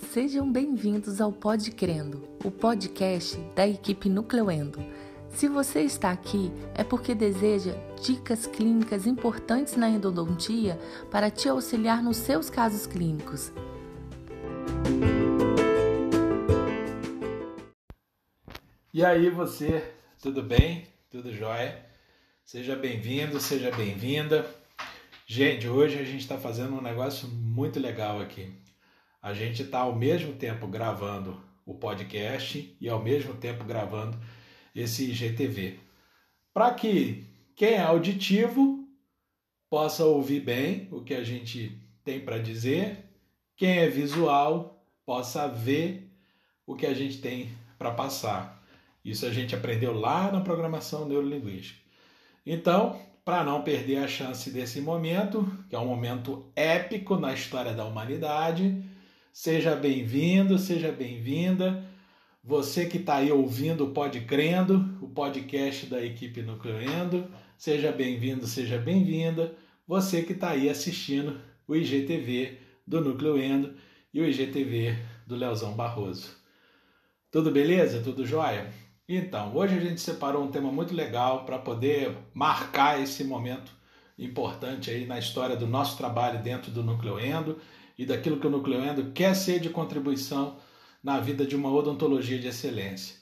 sejam bem-vindos ao Pod Crendo, o podcast da equipe Nucleendo. Se você está aqui, é porque deseja dicas clínicas importantes na endodontia para te auxiliar nos seus casos clínicos. E aí você, tudo bem? Tudo jóia? Seja bem-vindo, seja bem-vinda. Gente, hoje a gente está fazendo um negócio muito legal aqui. A gente está ao mesmo tempo gravando o podcast e ao mesmo tempo gravando esse IGTV. Para que quem é auditivo possa ouvir bem o que a gente tem para dizer, quem é visual possa ver o que a gente tem para passar. Isso a gente aprendeu lá na programação neurolinguística. Então, para não perder a chance desse momento, que é um momento épico na história da humanidade, seja bem-vindo, seja bem-vinda. Você que está aí ouvindo o Pod Crendo, o podcast da equipe Nucleendo, seja bem-vindo, seja bem-vinda. Você que está aí assistindo o IGTV do Nucleendo e o IGTV do Leozão Barroso. Tudo beleza? Tudo jóia? Então, hoje a gente separou um tema muito legal para poder marcar esse momento importante aí na história do nosso trabalho dentro do Nucleendo e daquilo que o Nucleendo quer ser de contribuição na vida de uma odontologia de excelência.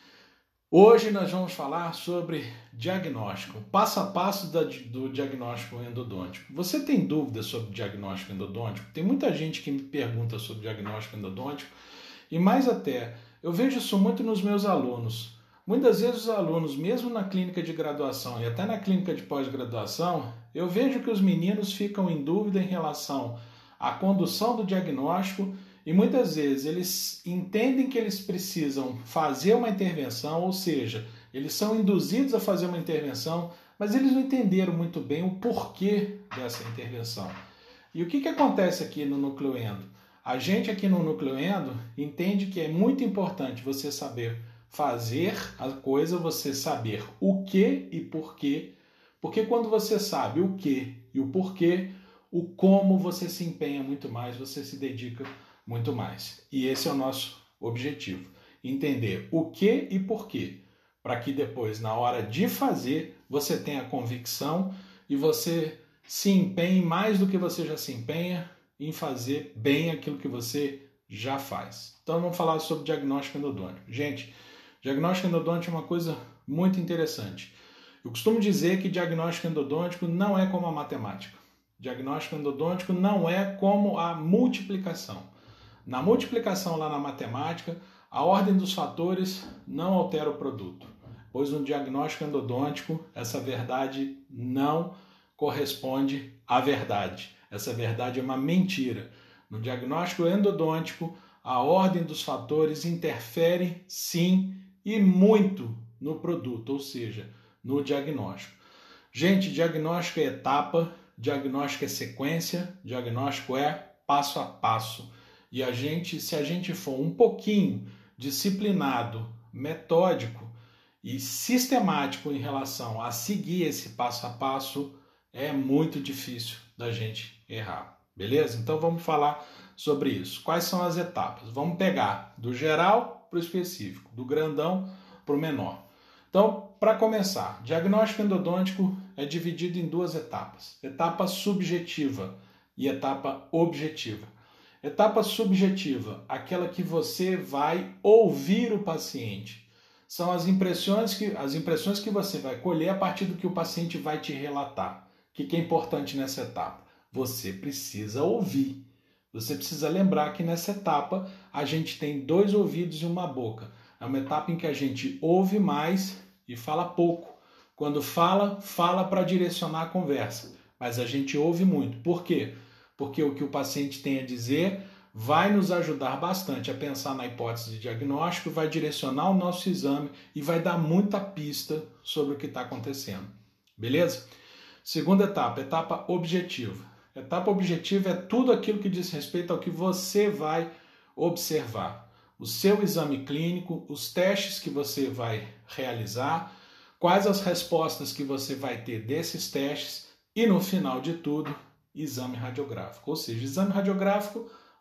Hoje nós vamos falar sobre diagnóstico, passo a passo do diagnóstico endodôntico. Você tem dúvidas sobre diagnóstico endodôntico? Tem muita gente que me pergunta sobre diagnóstico endodôntico e mais até, eu vejo isso muito nos meus alunos. Muitas vezes os alunos, mesmo na clínica de graduação e até na clínica de pós-graduação, eu vejo que os meninos ficam em dúvida em relação à condução do diagnóstico e muitas vezes eles entendem que eles precisam fazer uma intervenção, ou seja, eles são induzidos a fazer uma intervenção, mas eles não entenderam muito bem o porquê dessa intervenção. E o que acontece aqui no Nucleendo? A gente aqui no Nucleendo entende que é muito importante você saber fazer a coisa, você saber o que e porquê, porque quando você sabe o que e o porquê, o como você se empenha muito mais, você se dedica muito mais. E esse é o nosso objetivo, entender o que e porquê, para que depois, na hora de fazer, você tenha convicção e você se empenhe mais do que você já se empenha em fazer bem aquilo que você já faz. Então vamos falar sobre diagnóstico endodôntico. Gente, diagnóstico endodôntico é uma coisa muito interessante. Eu costumo dizer que diagnóstico endodôntico não é como a matemática. Diagnóstico endodôntico não é como a multiplicação. Na multiplicação lá na matemática, a ordem dos fatores não altera o produto, pois no diagnóstico endodôntico essa verdade não corresponde à verdade. Essa verdade é uma mentira. No diagnóstico endodôntico, a ordem dos fatores interfere sim e muito no produto, ou seja, no diagnóstico. Gente, diagnóstico é etapa, diagnóstico é sequência, diagnóstico é passo a passo. E se a gente for um pouquinho disciplinado, metódico e sistemático em relação a seguir esse passo a passo, é muito difícil da gente errar. Beleza? Então vamos falar sobre isso. Quais são as etapas? Vamos pegar do geral para o específico, do grandão para o menor. Então, para começar, diagnóstico endodôntico é dividido em duas etapas. Etapa subjetiva e etapa objetiva. Etapa subjetiva, aquela que você vai ouvir o paciente. São as impressões que você vai colher a partir do que o paciente vai te relatar. O que é importante nessa etapa? Você precisa ouvir. Você precisa lembrar que nessa etapa a gente tem dois ouvidos e uma boca. É uma etapa em que a gente ouve mais e fala pouco. Quando fala para direcionar a conversa. Mas a gente ouve muito. Por quê? Porque o que o paciente tem a dizer vai nos ajudar bastante a pensar na hipótese de diagnóstico, vai direcionar o nosso exame e vai dar muita pista sobre o que está acontecendo. Beleza? Segunda etapa, etapa objetiva. Etapa objetiva é tudo aquilo que diz respeito ao que você vai observar. O seu exame clínico, os testes que você vai realizar, quais as respostas que você vai ter desses testes e, no final de tudo, exame radiográfico. Ou seja, exame radiográfico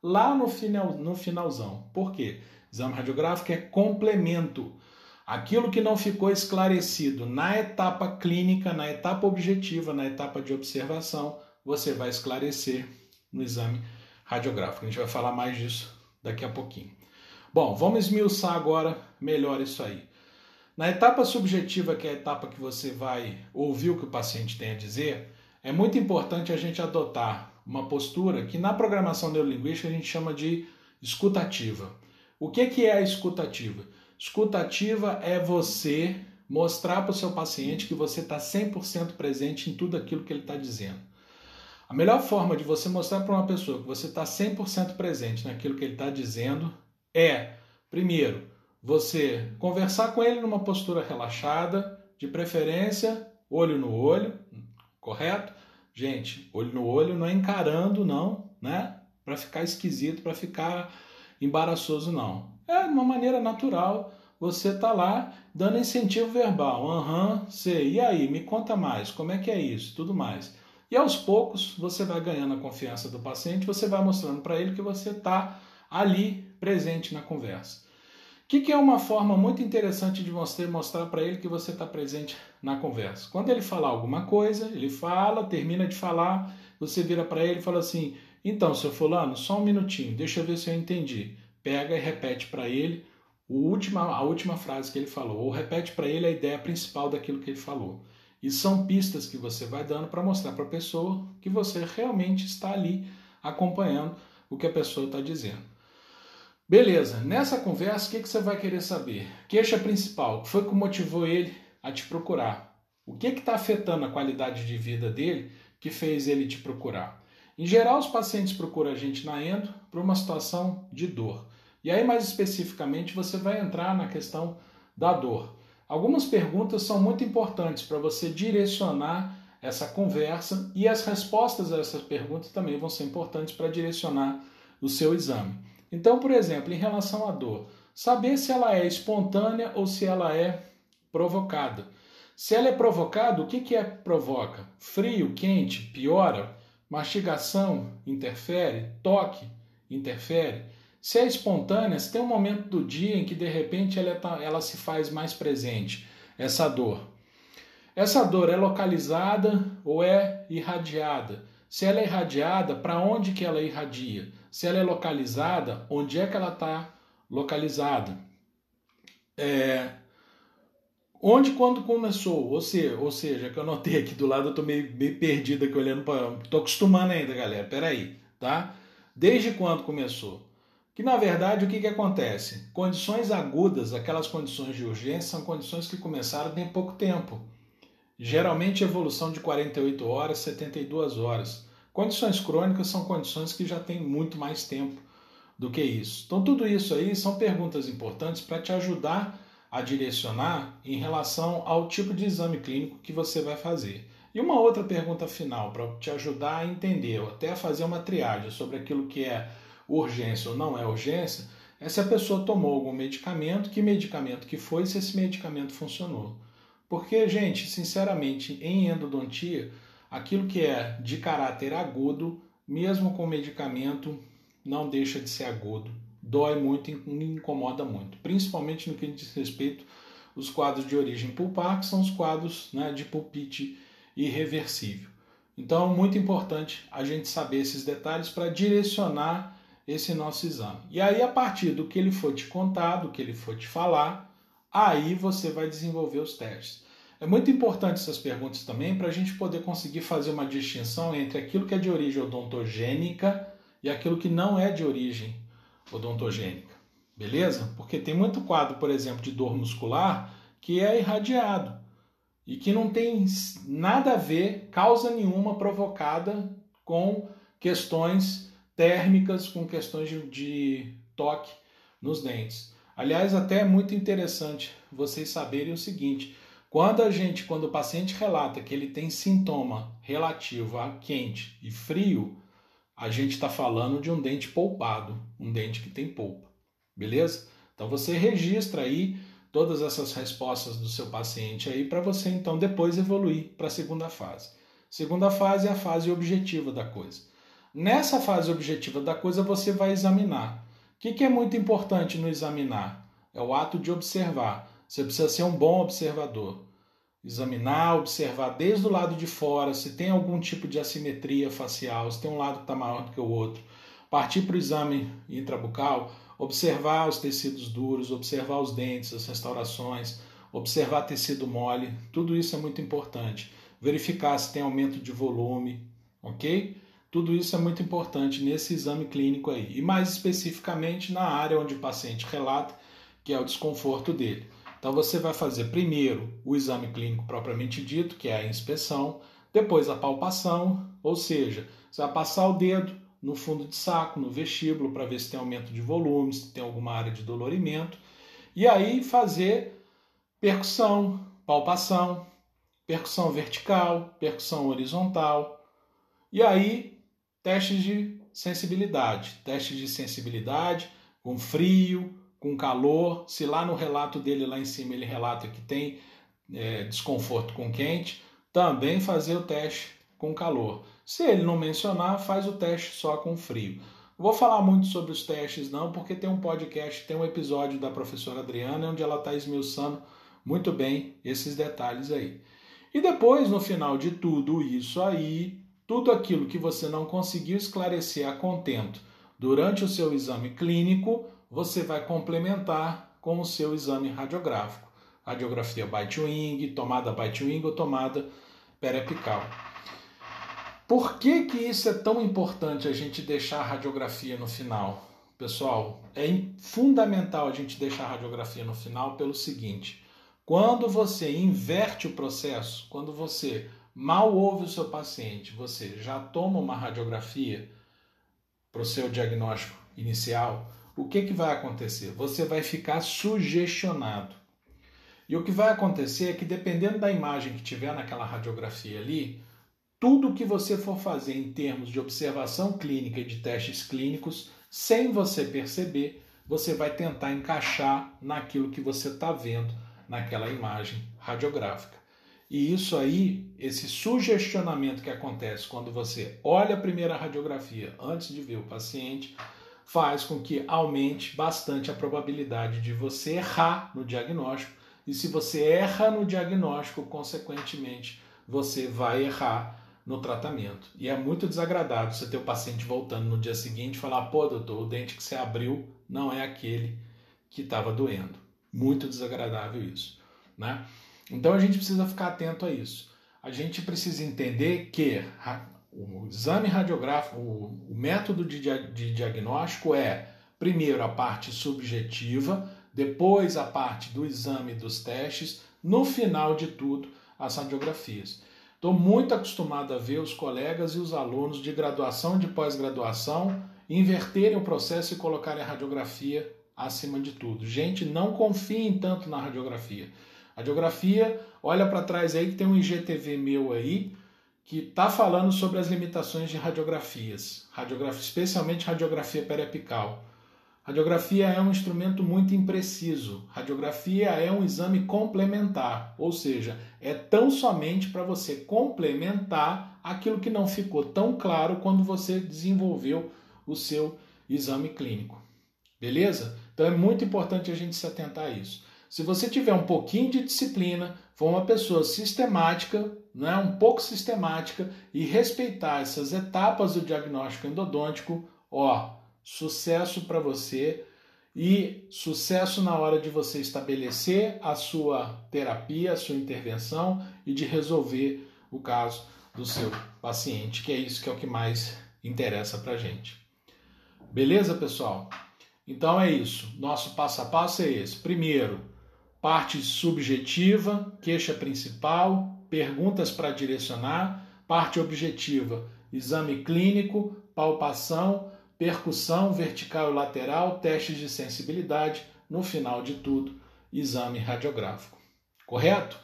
lá no finalzão. Por quê? Exame radiográfico é complemento. Aquilo que não ficou esclarecido na etapa clínica, na etapa objetiva, na etapa de observação, você vai esclarecer no exame radiográfico. A gente vai falar mais disso daqui a pouquinho. Bom, vamos esmiuçar agora melhor isso aí. Na etapa subjetiva, que é a etapa que você vai ouvir o que o paciente tem a dizer, é muito importante a gente adotar uma postura que na programação neurolinguística a gente chama de escutativa. O que é a escutativa? Escutativa é você mostrar para o seu paciente que você está 100% presente em tudo aquilo que ele está dizendo. A melhor forma de você mostrar para uma pessoa que você está 100% presente naquilo que ele está dizendo é, primeiro, você conversar com ele numa postura relaxada, de preferência, olho no olho, correto? Gente, olho no olho não é encarando não, né? Para ficar esquisito, para ficar embaraçoso não. É de uma maneira natural, você tá lá dando incentivo verbal. Sei, e aí, me conta mais, como é que é isso, tudo mais. E aos poucos você vai ganhando a confiança do paciente, você vai mostrando para ele que você está ali presente na conversa. O que é uma forma muito interessante de você mostrar para ele que você está presente na conversa? Quando ele falar alguma coisa, ele fala, termina de falar, você vira para ele e fala assim, então, seu fulano, só um minutinho, deixa eu ver se eu entendi. Pega e repete para ele a última frase que ele falou, ou repete para ele a ideia principal daquilo que ele falou. E são pistas que você vai dando para mostrar para a pessoa que você realmente está ali acompanhando o que a pessoa está dizendo. Beleza, nessa conversa, o que você vai querer saber? Queixa principal, o que foi que motivou ele a te procurar? O que está afetando a qualidade de vida dele que fez ele te procurar? Em geral, os pacientes procuram a gente na endo por uma situação de dor. E aí, mais especificamente, você vai entrar na questão da dor. Algumas perguntas são muito importantes para você direcionar essa conversa e as respostas a essas perguntas também vão ser importantes para direcionar o seu exame. Então, por exemplo, em relação à dor, saber se ela é espontânea ou se ela é provocada. Se ela é provocada, o que provoca? Frio, quente, piora? Mastigação interfere? Toque interfere? Se é espontânea, se tem um momento do dia em que de repente ela se faz mais presente, essa dor. Essa dor é localizada ou é irradiada? Se ela é irradiada, para onde que ela irradia? Se ela é localizada, onde é que ela está localizada? Onde, quando começou? Ou seja, que eu notei aqui do lado, eu estou meio perdido aqui olhando para... Estou acostumando ainda, galera, peraí, tá? Desde quando começou? Que, na verdade, o que acontece? Condições agudas, aquelas condições de urgência, são condições que começaram tem pouco tempo. Geralmente, evolução de 48 horas, 72 horas. Condições crônicas são condições que já têm muito mais tempo do que isso. Então, tudo isso aí são perguntas importantes para te ajudar a direcionar em relação ao tipo de exame clínico que você vai fazer. E uma outra pergunta final para te ajudar a entender, ou até a fazer uma triagem sobre aquilo que é urgência ou não é urgência, é se a pessoa tomou algum medicamento, que medicamento que foi, se esse medicamento funcionou. Porque, gente, sinceramente, em endodontia, aquilo que é de caráter agudo, mesmo com medicamento, não deixa de ser agudo. Dói muito e incomoda muito. Principalmente no que diz respeito aos quadros de origem pulpar, que são os quadros, né, de pulpite irreversível. Então, muito importante a gente saber esses detalhes para direcionar esse nosso exame. E aí, a partir do que ele for te contar, do que ele for te falar, aí você vai desenvolver os testes. É muito importante essas perguntas também para a gente poder conseguir fazer uma distinção entre aquilo que é de origem odontogênica e aquilo que não é de origem odontogênica. Beleza? Porque tem muito quadro, por exemplo, de dor muscular que é irradiado e que não tem nada a ver, causa nenhuma provocada com questões térmicas, com questões de toque nos dentes. Aliás, até é muito interessante vocês saberem o seguinte: quando o paciente relata que ele tem sintoma relativo a quente e frio, a gente está falando de um dente polpado, um dente que tem polpa, beleza? Então você registra aí todas essas respostas do seu paciente aí para você então depois evoluir para a segunda fase. Segunda fase é a fase objetiva da coisa. Nessa fase objetiva da coisa, você vai examinar. O que é muito importante no examinar? É o ato de observar. Você precisa ser um bom observador. Examinar, observar desde o lado de fora, se tem algum tipo de assimetria facial, se tem um lado que está maior do que o outro. Partir para o exame intrabucal, observar os tecidos duros, observar os dentes, as restaurações, observar tecido mole, tudo isso é muito importante. Verificar se tem aumento de volume, ok? Tudo isso é muito importante nesse exame clínico aí. E mais especificamente na área onde o paciente relata, que é o desconforto dele. Então você vai fazer primeiro o exame clínico propriamente dito, que é a inspeção, depois a palpação, ou seja, você vai passar o dedo no fundo de saco, no vestíbulo, para ver se tem aumento de volume, se tem alguma área de dolorimento, e aí fazer percussão, palpação, percussão vertical, percussão horizontal, e aí testes de sensibilidade com frio, com calor. Se lá no relato dele, lá em cima, ele relata que tem desconforto com quente, também fazer o teste com calor. Se ele não mencionar, faz o teste só com frio. Não vou falar muito sobre os testes não, porque tem um podcast, tem um episódio da professora Adriana, onde ela está esmiuçando muito bem esses detalhes aí. E depois, no final de tudo isso aí, tudo aquilo que você não conseguiu esclarecer a contento durante o seu exame clínico, você vai complementar com o seu exame radiográfico. Radiografia Bite-Wing, tomada Bite-Wing ou tomada periapical. Por que isso é tão importante a gente deixar a radiografia no final? Pessoal, é fundamental a gente deixar a radiografia no final pelo seguinte: quando você inverte o processo, quando você mal ouve o seu paciente, você já toma uma radiografia para o seu diagnóstico inicial, o que vai acontecer? Você vai ficar sugestionado. E o que vai acontecer é que, dependendo da imagem que tiver naquela radiografia ali, tudo que você for fazer em termos de observação clínica e de testes clínicos, sem você perceber, você vai tentar encaixar naquilo que você está vendo naquela imagem radiográfica. E isso aí, esse sugestionamento que acontece quando você olha a primeira radiografia antes de ver o paciente, faz com que aumente bastante a probabilidade de você errar no diagnóstico. E se você erra no diagnóstico, consequentemente, você vai errar no tratamento. E é muito desagradável você ter o paciente voltando no dia seguinte e falar: pô, doutor, o dente que você abriu não é aquele que estava doendo. Muito desagradável isso, né? Então a gente precisa ficar atento a isso. A gente precisa entender que o exame radiográfico, o método de diagnóstico é, primeiro, a parte subjetiva, depois a parte do exame dos testes, no final de tudo, as radiografias. Estou muito acostumado a ver os colegas e os alunos de graduação e de pós-graduação inverterem o processo e colocarem a radiografia acima de tudo. Gente, não confiem tanto na radiografia. Radiografia, olha para trás aí que tem um IGTV meu aí que está falando sobre as limitações de radiografias, especialmente radiografia periapical. Radiografia é um instrumento muito impreciso. Radiografia é um exame complementar, ou seja, é tão somente para você complementar aquilo que não ficou tão claro quando você desenvolveu o seu exame clínico. Beleza? Então é muito importante a gente se atentar a isso. Se você tiver um pouquinho de disciplina, for uma pessoa sistemática, né, um pouco sistemática, e respeitar essas etapas do diagnóstico endodôntico, sucesso para você e sucesso na hora de você estabelecer a sua terapia, a sua intervenção e de resolver o caso do seu paciente, que é isso que é o que mais interessa para a gente. Beleza, pessoal? Então é isso. Nosso passo a passo é esse. Primeiro, parte subjetiva, queixa principal, perguntas para direcionar. Parte objetiva, exame clínico, palpação, percussão vertical e lateral, testes de sensibilidade. No final de tudo, exame radiográfico. Correto?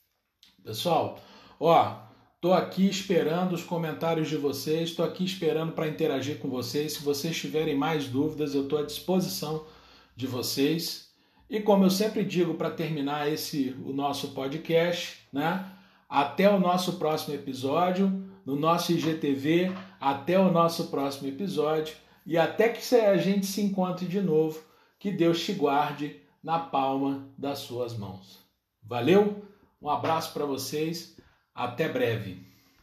Pessoal, estou aqui esperando os comentários de vocês, estou aqui esperando para interagir com vocês. Se vocês tiverem mais dúvidas, eu estou à disposição de vocês. E como eu sempre digo para terminar o nosso podcast, né? Até o nosso próximo episódio. no nosso IGTV. Até o nosso próximo episódio e até que a gente se encontre de novo. Que Deus te guarde na palma das suas mãos. Valeu? Um abraço para vocês. Até breve.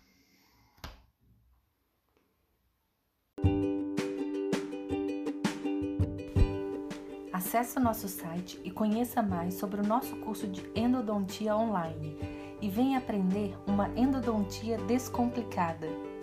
Acesse o nosso site e conheça mais sobre o nosso curso de endodontia online e venha aprender uma endodontia descomplicada.